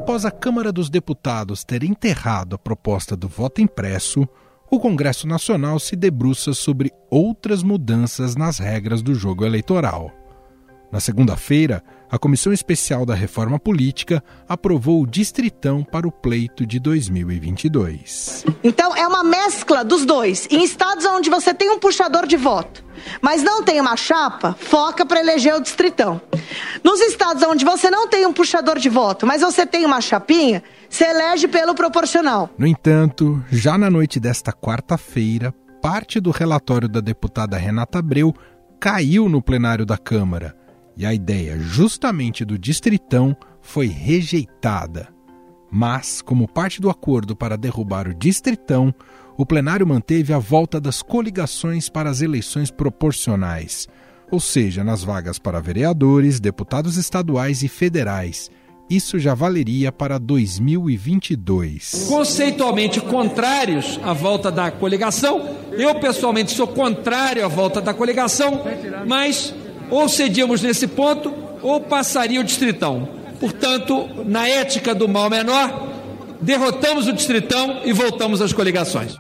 Após a Câmara dos Deputados ter enterrado a proposta do voto impresso, o Congresso Nacional se debruça sobre outras mudanças nas regras do jogo eleitoral. Na segunda-feira, a Comissão Especial da Reforma Política aprovou o distritão para o pleito de 2022. Então, é uma mescla dos dois. Em estados onde você tem um puxador de voto, mas não tem uma chapa, foca para eleger o distritão. Nos estados onde você não tem um puxador de voto, mas você tem uma chapinha, você elege pelo proporcional. No entanto, já na noite desta quarta-feira, parte do relatório da deputada Renata Abreu caiu no plenário da Câmara. E a ideia justamente do distritão foi rejeitada. Mas, como parte do acordo para derrubar o distritão, o plenário manteve a volta das coligações para as eleições proporcionais, ou seja, nas vagas para vereadores, deputados estaduais e federais. Isso já valeria para 2022. Conceitualmente contrários à volta da coligação, eu pessoalmente sou contrário à volta da coligação, mas ou cedíamos nesse ponto, ou passaria o distritão. Portanto, na ética do mal menor, derrotamos o distritão e voltamos às coligações.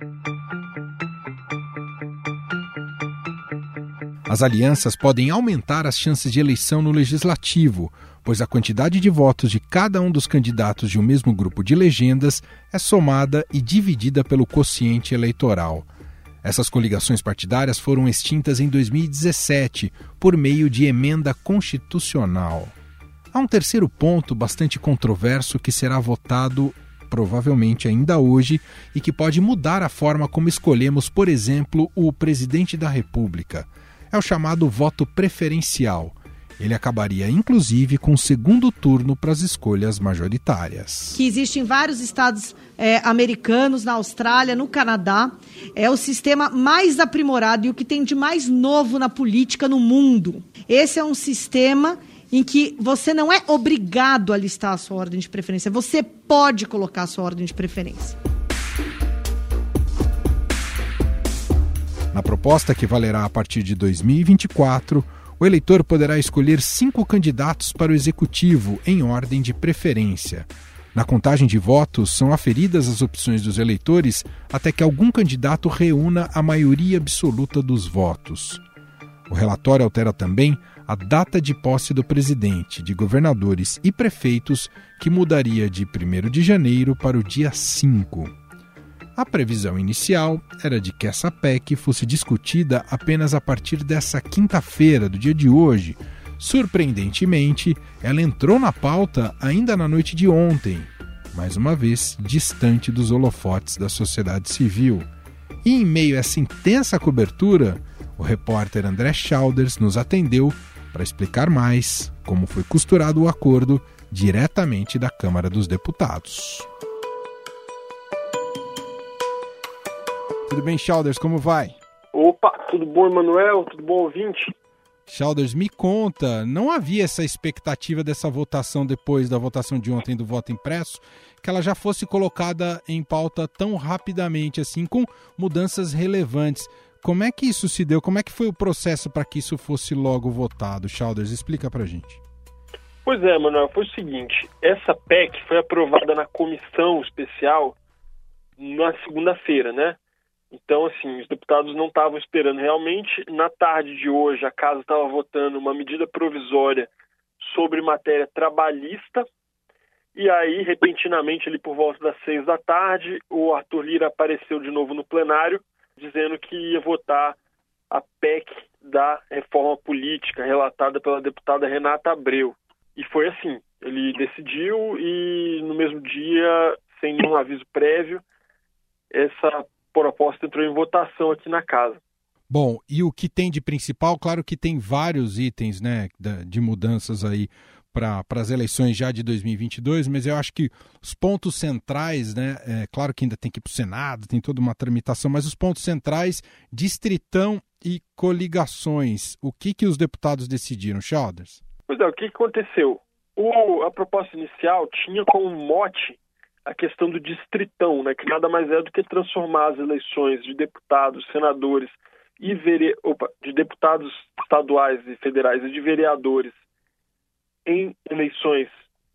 As alianças podem aumentar as chances de eleição no legislativo, pois a quantidade de votos de cada um dos candidatos de um mesmo grupo de legendas é somada e dividida pelo quociente eleitoral. Essas coligações partidárias foram extintas em 2017 por meio de emenda constitucional. Há um terceiro ponto bastante controverso que será votado provavelmente ainda hoje e que pode mudar a forma como escolhemos, por exemplo, o presidente da República. É o chamado voto preferencial. Ele acabaria, inclusive, com o segundo turno para as escolhas majoritárias. Que existe em vários estados americanos, na Austrália, no Canadá. É o sistema mais aprimorado e o que tem de mais novo na política no mundo. Esse é um sistema em que você não é obrigado a listar a sua ordem de preferência. Você pode colocar a sua ordem de preferência. Na proposta que valerá a partir de 2024, o eleitor poderá escolher 5 candidatos para o executivo em ordem de preferência. Na contagem de votos, são aferidas as opções dos eleitores até que algum candidato reúna a maioria absoluta dos votos. O relatório altera também a data de posse do presidente, de governadores e prefeitos, que mudaria de 1º de janeiro para o dia 5. A previsão inicial era de que essa PEC fosse discutida apenas a partir dessa quinta-feira, do dia de hoje. Surpreendentemente, ela entrou na pauta ainda na noite de ontem, mais uma vez distante dos holofotes da sociedade civil. E em meio a essa intensa cobertura, o repórter André Schauders nos atendeu para explicar mais como foi costurado o acordo diretamente da Câmara dos Deputados. Tudo bem, Schauders? Como vai? Opa, tudo bom, Emanuel? Tudo bom, ouvinte? Schauders, me conta, não havia essa expectativa dessa votação depois da votação de ontem do voto impresso, que ela já fosse colocada em pauta tão rapidamente, assim, com mudanças relevantes. Como é que isso se deu? Como é que foi o processo para que isso fosse logo votado? Schauders, explica pra gente. Pois é, Emanuel, foi o seguinte, essa PEC foi aprovada na comissão especial na segunda-feira, né? Então, assim, os deputados não estavam esperando realmente. Na tarde de hoje, a Casa estava votando uma medida provisória sobre matéria trabalhista. E aí, repentinamente, ali por volta das 6 da tarde, o Arthur Lira apareceu de novo no plenário, dizendo que ia votar a PEC da reforma política, relatada pela deputada Renata Abreu. E foi assim, ele decidiu e no mesmo dia, sem nenhum aviso prévio, essa proposta entrou em votação aqui na casa. Bom, e o que tem de principal, claro que tem vários itens, né, de mudanças aí para as eleições já de 2022, mas eu acho que os pontos centrais, né, claro que ainda tem que ir para o Senado, tem toda uma tramitação, mas os pontos centrais, distritão e coligações, o que os deputados decidiram, Schauders? Pois é, o que aconteceu? A proposta inicial tinha como mote a questão do distritão, né, que nada mais é do que transformar as eleições de deputados, senadores e de deputados estaduais e federais e de vereadores em eleições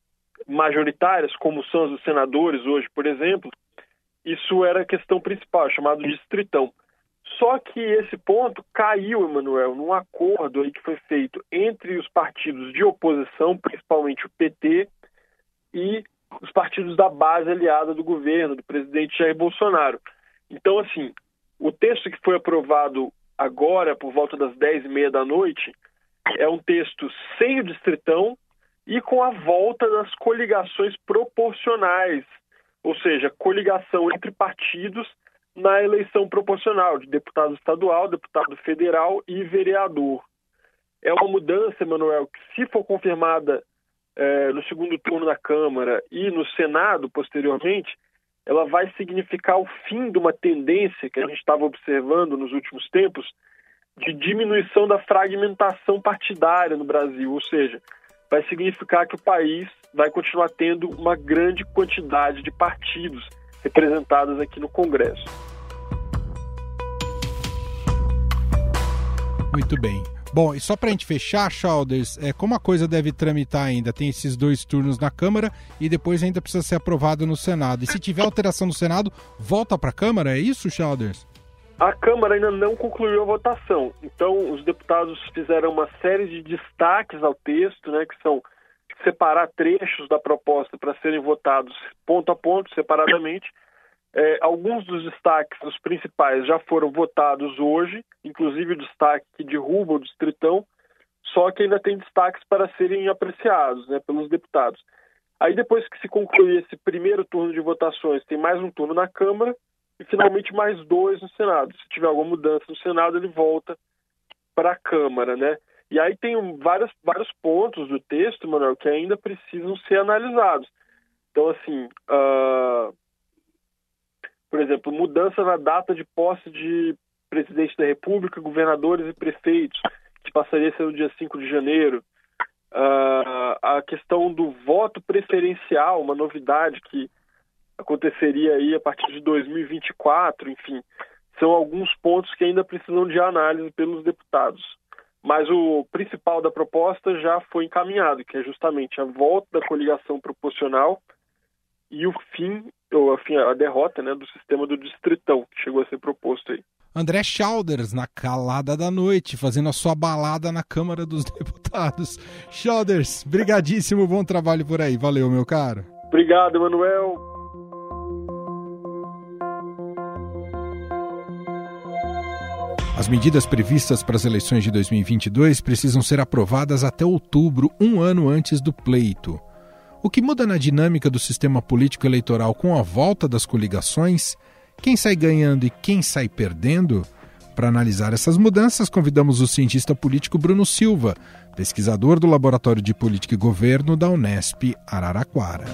majoritárias, como são as dos senadores hoje, por exemplo, isso era a questão principal, chamado distritão. Só que esse ponto caiu, Emanuel, num acordo aí que foi feito entre os partidos de oposição, principalmente o PT, e os partidos da base aliada do governo, do presidente Jair Bolsonaro. Então, assim, o texto que foi aprovado agora, por volta das 10h30 da noite, é um texto sem o distritão e com a volta das coligações proporcionais, ou seja, coligação entre partidos na eleição proporcional de deputado estadual, deputado federal e vereador. É uma mudança, Emanuel, que se for confirmada no segundo turno da Câmara e no Senado, posteriormente, ela vai significar o fim de uma tendência que a gente estava observando nos últimos tempos de diminuição da fragmentação partidária no Brasil, ou seja, vai significar que o país vai continuar tendo uma grande quantidade de partidos representados aqui no Congresso. Muito bem. Bom, e só para a gente fechar, Childers, como a coisa deve tramitar ainda? Tem esses 2 turnos na Câmara e depois ainda precisa ser aprovado no Senado. E se tiver alteração no Senado, volta para a Câmara? É isso, Childers? A Câmara ainda não concluiu a votação. Então, os deputados fizeram uma série de destaques ao texto, né, que são separar trechos da proposta para serem votados ponto a ponto, separadamente. Alguns dos destaques, os principais, já foram votados hoje, inclusive o destaque que derruba o distritão, só que ainda tem destaques para serem apreciados, né, pelos deputados. Aí depois que se concluir esse primeiro turno de votações, tem mais um turno na Câmara e finalmente mais 2 no Senado. Se tiver alguma mudança no Senado, ele volta para a Câmara, né? E aí tem vários pontos do texto, Manuel, que ainda precisam ser analisados. Então, assim, por exemplo, mudança na data de posse de presidente da República, governadores e prefeitos, que passaria a ser no dia 5 de janeiro. A questão do voto preferencial, uma novidade que aconteceria aí a partir de 2024, enfim, são alguns pontos que ainda precisam de análise pelos deputados. Mas o principal da proposta já foi encaminhado, que é justamente a volta da coligação proporcional e o fim, a derrota, né, do sistema do distritão, que chegou a ser proposto aí. André Childers, na calada da noite, fazendo a sua balada na Câmara dos Deputados. Childers, brigadíssimo, bom trabalho por aí. Valeu, meu caro. Obrigado, Emanuel. As medidas previstas para as eleições de 2022 precisam ser aprovadas até outubro, um ano antes do pleito. O que muda na dinâmica do sistema político eleitoral com a volta das coligações? Quem sai ganhando e quem sai perdendo? Para analisar essas mudanças, convidamos o cientista político Bruno Silva, pesquisador do Laboratório de Política e Governo da Unesp Araraquara.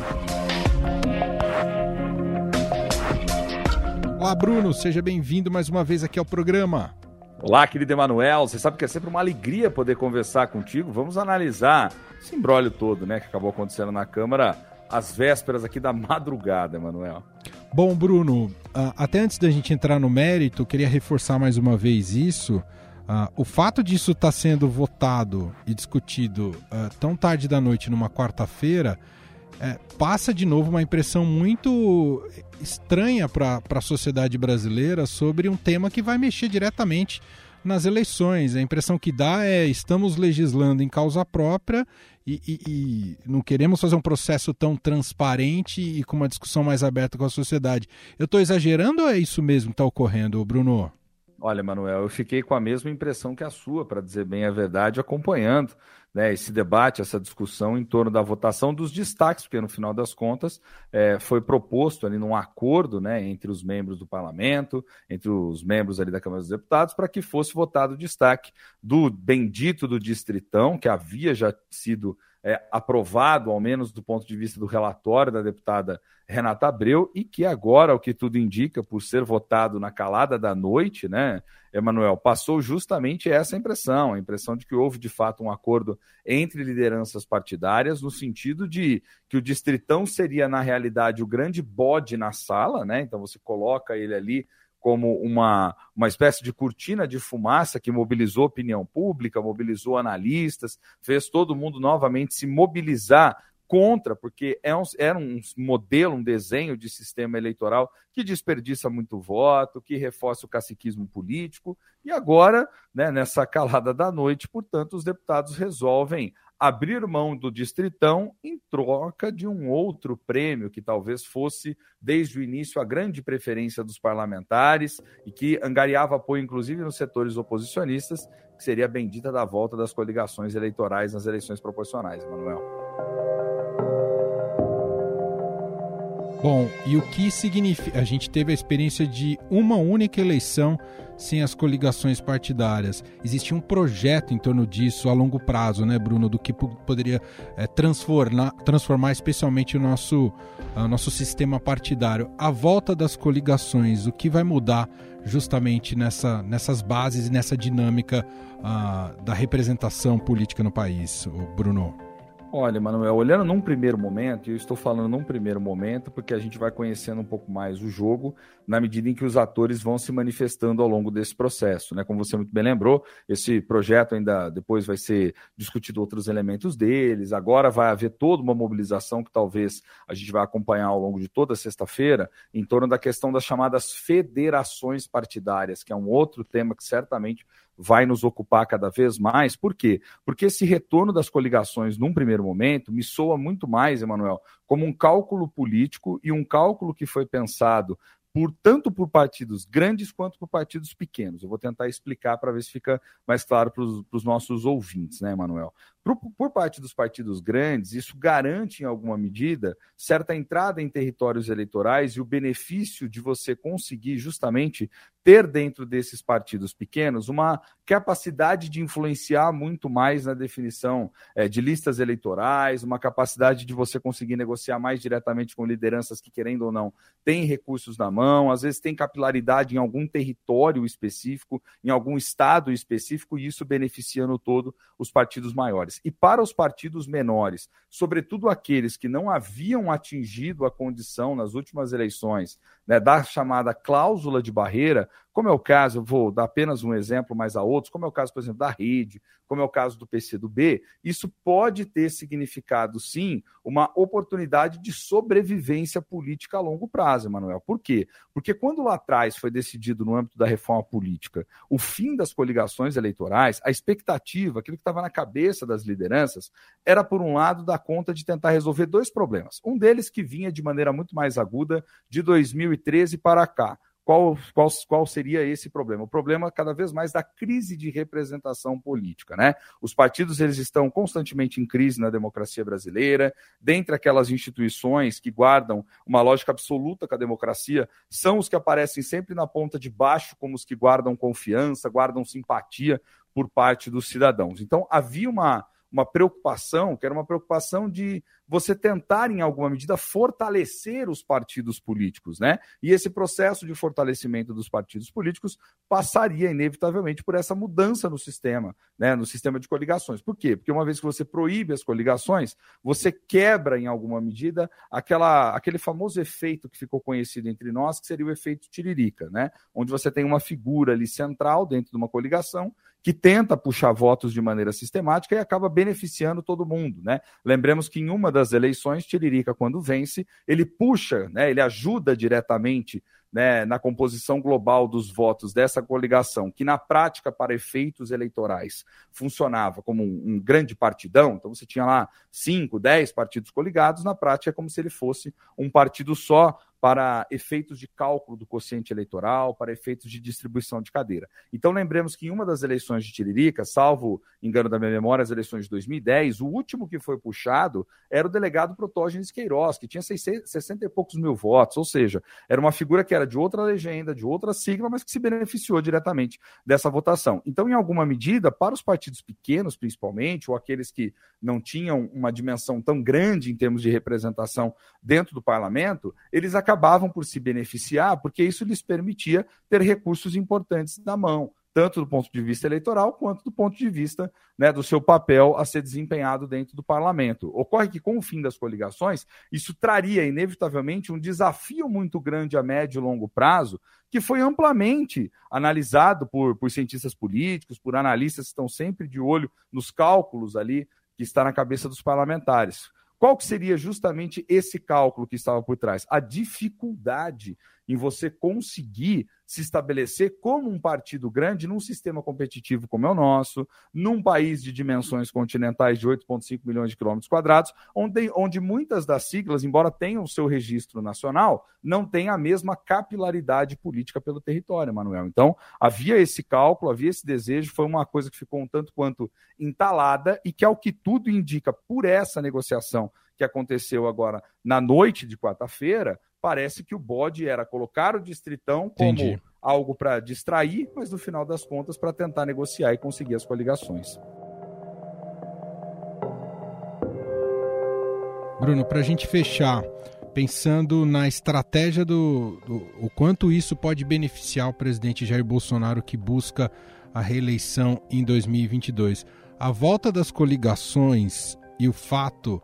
Olá, Bruno, seja bem-vindo mais uma vez aqui ao programa. Olá, querido Emanuel, você sabe que é sempre uma alegria poder conversar contigo. Vamos analisar esse imbróglio todo, né, que acabou acontecendo na Câmara às vésperas aqui da madrugada, Emanuel. Bom, Bruno, até antes da gente entrar no mérito, queria reforçar mais uma vez isso. O fato disso estar sendo votado e discutido tão tarde da noite numa quarta-feira passa de novo uma impressão muito estranha para a sociedade brasileira sobre um tema que vai mexer diretamente nas eleições. A impressão que dá é estamos legislando em causa própria e não queremos fazer um processo tão transparente e com uma discussão mais aberta com a sociedade. Eu estou exagerando ou é isso mesmo que está ocorrendo, Bruno? Olha, Manuel, eu fiquei com a mesma impressão que a sua, para dizer bem a verdade, acompanhando, né, esse debate, essa discussão em torno da votação dos destaques, porque no final das contas foi proposto ali num acordo, né, entre os membros do parlamento, entre os membros ali da Câmara dos Deputados, para que fosse votado o destaque do bendito do distritão, que havia já sido aprovado, ao menos do ponto de vista do relatório da deputada Renata Abreu, e que agora, o que tudo indica, por ser votado na calada da noite, né, Emanuel, passou justamente essa impressão, a impressão de que houve de fato um acordo entre lideranças partidárias, no sentido de que o distritão seria, na realidade, o grande bode na sala, né? Então você coloca ele ali como uma espécie de cortina de fumaça que mobilizou a opinião pública, mobilizou analistas, fez todo mundo novamente se mobilizar contra, porque era um modelo, um desenho de sistema eleitoral que desperdiça muito voto, que reforça o caciquismo político, e agora, né, nessa calada da noite, portanto, os deputados resolvem abrir mão do distritão em troca de um outro prêmio que talvez fosse, desde o início, a grande preferência dos parlamentares e que angariava apoio, inclusive, nos setores oposicionistas, que seria a bendita da volta das coligações eleitorais nas eleições proporcionais, Emanuel. Bom, e o que significa? A gente teve a experiência de uma única eleição sem as coligações partidárias. Existia um projeto em torno disso a longo prazo, né, Bruno, do que poderia transformar especialmente o nosso sistema partidário. A volta das coligações, o que vai mudar justamente nessas bases e nessa dinâmica da representação política no país, Bruno? Olha, Manuel, olhando num primeiro momento, e eu estou falando num primeiro momento porque a gente vai conhecendo um pouco mais o jogo na medida em que os atores vão se manifestando ao longo desse processo, né? Como você muito bem lembrou, esse projeto ainda depois vai ser discutido outros elementos deles, agora vai haver toda uma mobilização que talvez a gente vai acompanhar ao longo de toda sexta-feira em torno da questão das chamadas federações partidárias, que é um outro tema que certamente vai nos ocupar cada vez mais. Por quê? Porque esse retorno das coligações num primeiro momento me soa muito mais, Emanuel, como um cálculo político e um cálculo que foi pensado tanto por partidos grandes quanto por partidos pequenos. Eu vou tentar explicar para ver se fica mais claro para os nossos ouvintes, né, Emanuel? Por parte dos partidos grandes, isso garante, em alguma medida, certa entrada em territórios eleitorais e o benefício de você conseguir justamente ter dentro desses partidos pequenos uma capacidade de influenciar muito mais na definição de listas eleitorais, uma capacidade de você conseguir negociar mais diretamente com lideranças que, querendo ou não, têm recursos na mão, às vezes tem capilaridade em algum território específico, em algum estado específico, e isso beneficia no todo os partidos maiores. E para os partidos menores, sobretudo aqueles que não haviam atingido a condição nas últimas eleições, né, da chamada cláusula de barreira, como é o caso, eu vou dar apenas um exemplo, mas há outros, como é o caso, por exemplo, da Rede, como é o caso do PCdoB, isso pode ter significado, sim, uma oportunidade de sobrevivência política a longo prazo, Emanuel. Por quê? Porque quando lá atrás foi decidido, no âmbito da reforma política, o fim das coligações eleitorais, a expectativa, aquilo que estava na cabeça das lideranças, era, por um lado, dar conta de tentar resolver dois problemas. Um deles que vinha de maneira muito mais aguda de 2013 para cá. Qual seria esse problema? O problema cada vez mais da crise de representação política, né? Os partidos, eles estão constantemente em crise na democracia brasileira. Dentre aquelas instituições que guardam uma lógica absoluta com a democracia, são os que aparecem sempre na ponta de baixo como os que guardam confiança, guardam simpatia por parte dos cidadãos. Então, havia uma preocupação, que era uma preocupação de você tentar, em alguma medida, fortalecer os partidos políticos, né? E esse processo de fortalecimento dos partidos políticos passaria, inevitavelmente, por essa mudança no sistema, né? No sistema de coligações. Por quê? Porque uma vez que você proíbe as coligações, você quebra, em alguma medida, aquele famoso efeito que ficou conhecido entre nós, que seria o efeito tiririca, né? Onde você tem uma figura ali central dentro de uma coligação que tenta puxar votos de maneira sistemática e acaba beneficiando todo mundo, né? Lembremos que em uma das eleições, Tiririca, quando vence, ele puxa, né, ele ajuda diretamente, né, na composição global dos votos dessa coligação, que na prática, para efeitos eleitorais, funcionava como um grande partidão. Então você tinha lá 5, 10 partidos coligados, na prática é como se ele fosse um partido só, para efeitos de cálculo do quociente eleitoral, para efeitos de distribuição de cadeira. Então lembremos que em uma das eleições de Tiririca, salvo engano da minha memória, as eleições de 2010, o último que foi puxado era o delegado Protógenes Queiroz, que tinha 60 e poucos mil votos, ou seja, era uma figura que era de outra legenda, de outra sigla, mas que se beneficiou diretamente dessa votação. Então, em alguma medida, para os partidos pequenos, principalmente, ou aqueles que não tinham uma dimensão tão grande em termos de representação dentro do parlamento, eles acabavam por se beneficiar, porque isso lhes permitia ter recursos importantes na mão, tanto do ponto de vista eleitoral, quanto do ponto de vista, né, do seu papel a ser desempenhado dentro do parlamento. Ocorre que, com o fim das coligações, isso traria, inevitavelmente, um desafio muito grande a médio e longo prazo, que foi amplamente analisado por cientistas políticos, por analistas que estão sempre de olho nos cálculos ali que está na cabeça dos parlamentares. Qual que seria justamente esse cálculo que estava por trás? A dificuldade em você conseguir se estabelecer como um partido grande num sistema competitivo como é o nosso, num país de dimensões continentais de 8,5 milhões de quilômetros quadrados, onde muitas das siglas, embora tenham o seu registro nacional, não têm a mesma capilaridade política pelo território, Manuel. Então, havia esse cálculo, havia esse desejo, foi uma coisa que ficou um tanto quanto entalada e que, ao que tudo indica, por essa negociação que aconteceu agora na noite de quarta-feira, parece que o bode era colocar o Distritão como algo para distrair, mas no final das contas para tentar negociar e conseguir as coligações. Bruno, para a gente fechar, pensando na estratégia o quanto isso pode beneficiar o presidente Jair Bolsonaro, que busca a reeleição em 2022. A volta das coligações e o fato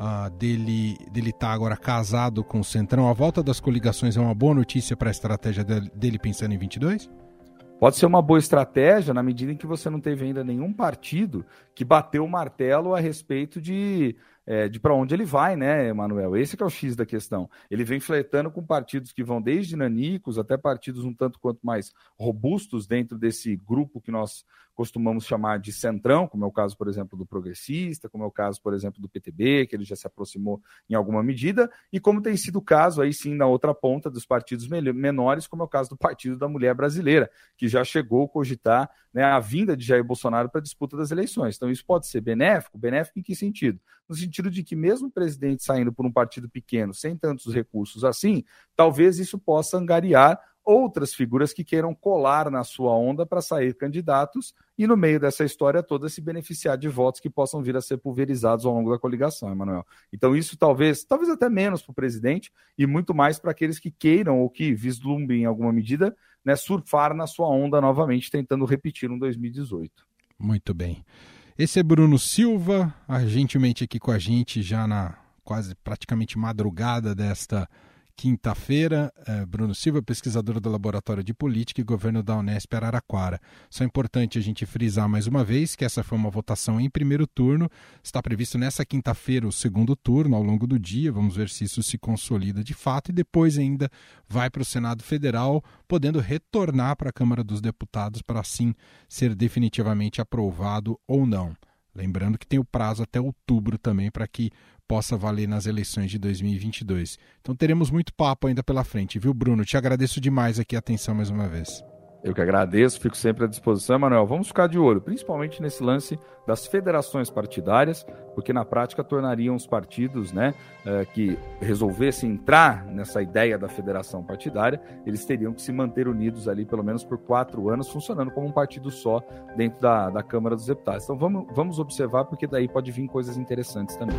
dele estar agora casado com o Centrão, a volta das coligações é uma boa notícia para a estratégia dele pensando em 22? Pode ser uma boa estratégia na medida em que você não teve ainda nenhum partido que bateu o martelo a respeito de para onde ele vai, né, Emanuel? Esse que é o X da questão. Ele vem flertando com partidos que vão desde nanicos até partidos um tanto quanto mais robustos dentro desse grupo que nós costumamos chamar de centrão, como é o caso, por exemplo, do Progressista, como é o caso, por exemplo, do PTB, que ele já se aproximou em alguma medida, e como tem sido o caso, aí sim, na outra ponta, dos partidos menores, como é o caso do Partido da Mulher Brasileira, que já chegou a cogitar, né, a vinda de Jair Bolsonaro para a disputa das eleições. Então, isso pode ser benéfico? Benéfico em que sentido? No sentido de que mesmo o presidente saindo por um partido pequeno, sem tantos recursos assim, talvez isso possa angariar outras figuras que queiram colar na sua onda para sair candidatos e, no meio dessa história toda, se beneficiar de votos que possam vir a ser pulverizados ao longo da coligação, Emanuel. Então isso talvez até menos para o presidente e muito mais para aqueles que queiram ou que vislumbrem em alguma medida, né, surfar na sua onda novamente, tentando repetir um 2018. Muito bem. Esse é Bruno Silva, gentilmente aqui com a gente já na quase praticamente madrugada desta quinta-feira. Bruno Silva, pesquisador do Laboratório de Política e Governo da Unesp Araraquara. Só é importante a gente frisar mais uma vez que essa foi uma votação em primeiro turno. Está previsto nessa quinta-feira o segundo turno ao longo do dia. Vamos ver se isso se consolida de fato e depois ainda vai para o Senado Federal, podendo retornar para a Câmara dos Deputados para assim ser definitivamente aprovado ou não. Lembrando que tem o prazo até outubro também para que possa valer nas eleições de 2022. Então teremos muito papo ainda pela frente, viu, Bruno? Te agradeço demais aqui a atenção mais uma vez. Eu que agradeço, fico sempre à disposição, Emanuel. Vamos ficar de olho, principalmente nesse lance das federações partidárias, porque na prática tornariam os partidos, né, que resolvessem entrar nessa ideia da federação partidária, eles teriam que se manter unidos ali pelo menos por 4 anos, funcionando como um partido só dentro da Câmara dos Deputados. Então vamos observar, porque daí pode vir coisas interessantes também.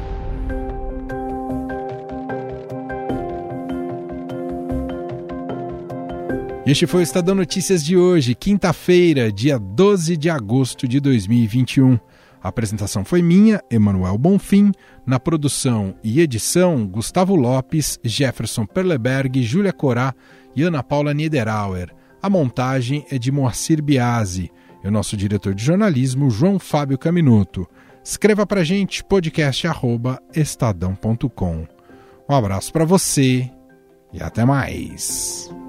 Este foi o Estadão Notícias de hoje, quinta-feira, dia 12 de agosto de 2021. A apresentação foi minha, Emanuel Bonfim. Na produção e edição, Gustavo Lopes, Jefferson Perleberg, Júlia Corá e Ana Paula Niederauer. A montagem é de Moacir Biasi. E o nosso diretor de jornalismo, João Fábio Caminuto. Escreva pra gente, podcast@estadão.com. Um abraço para você e até mais.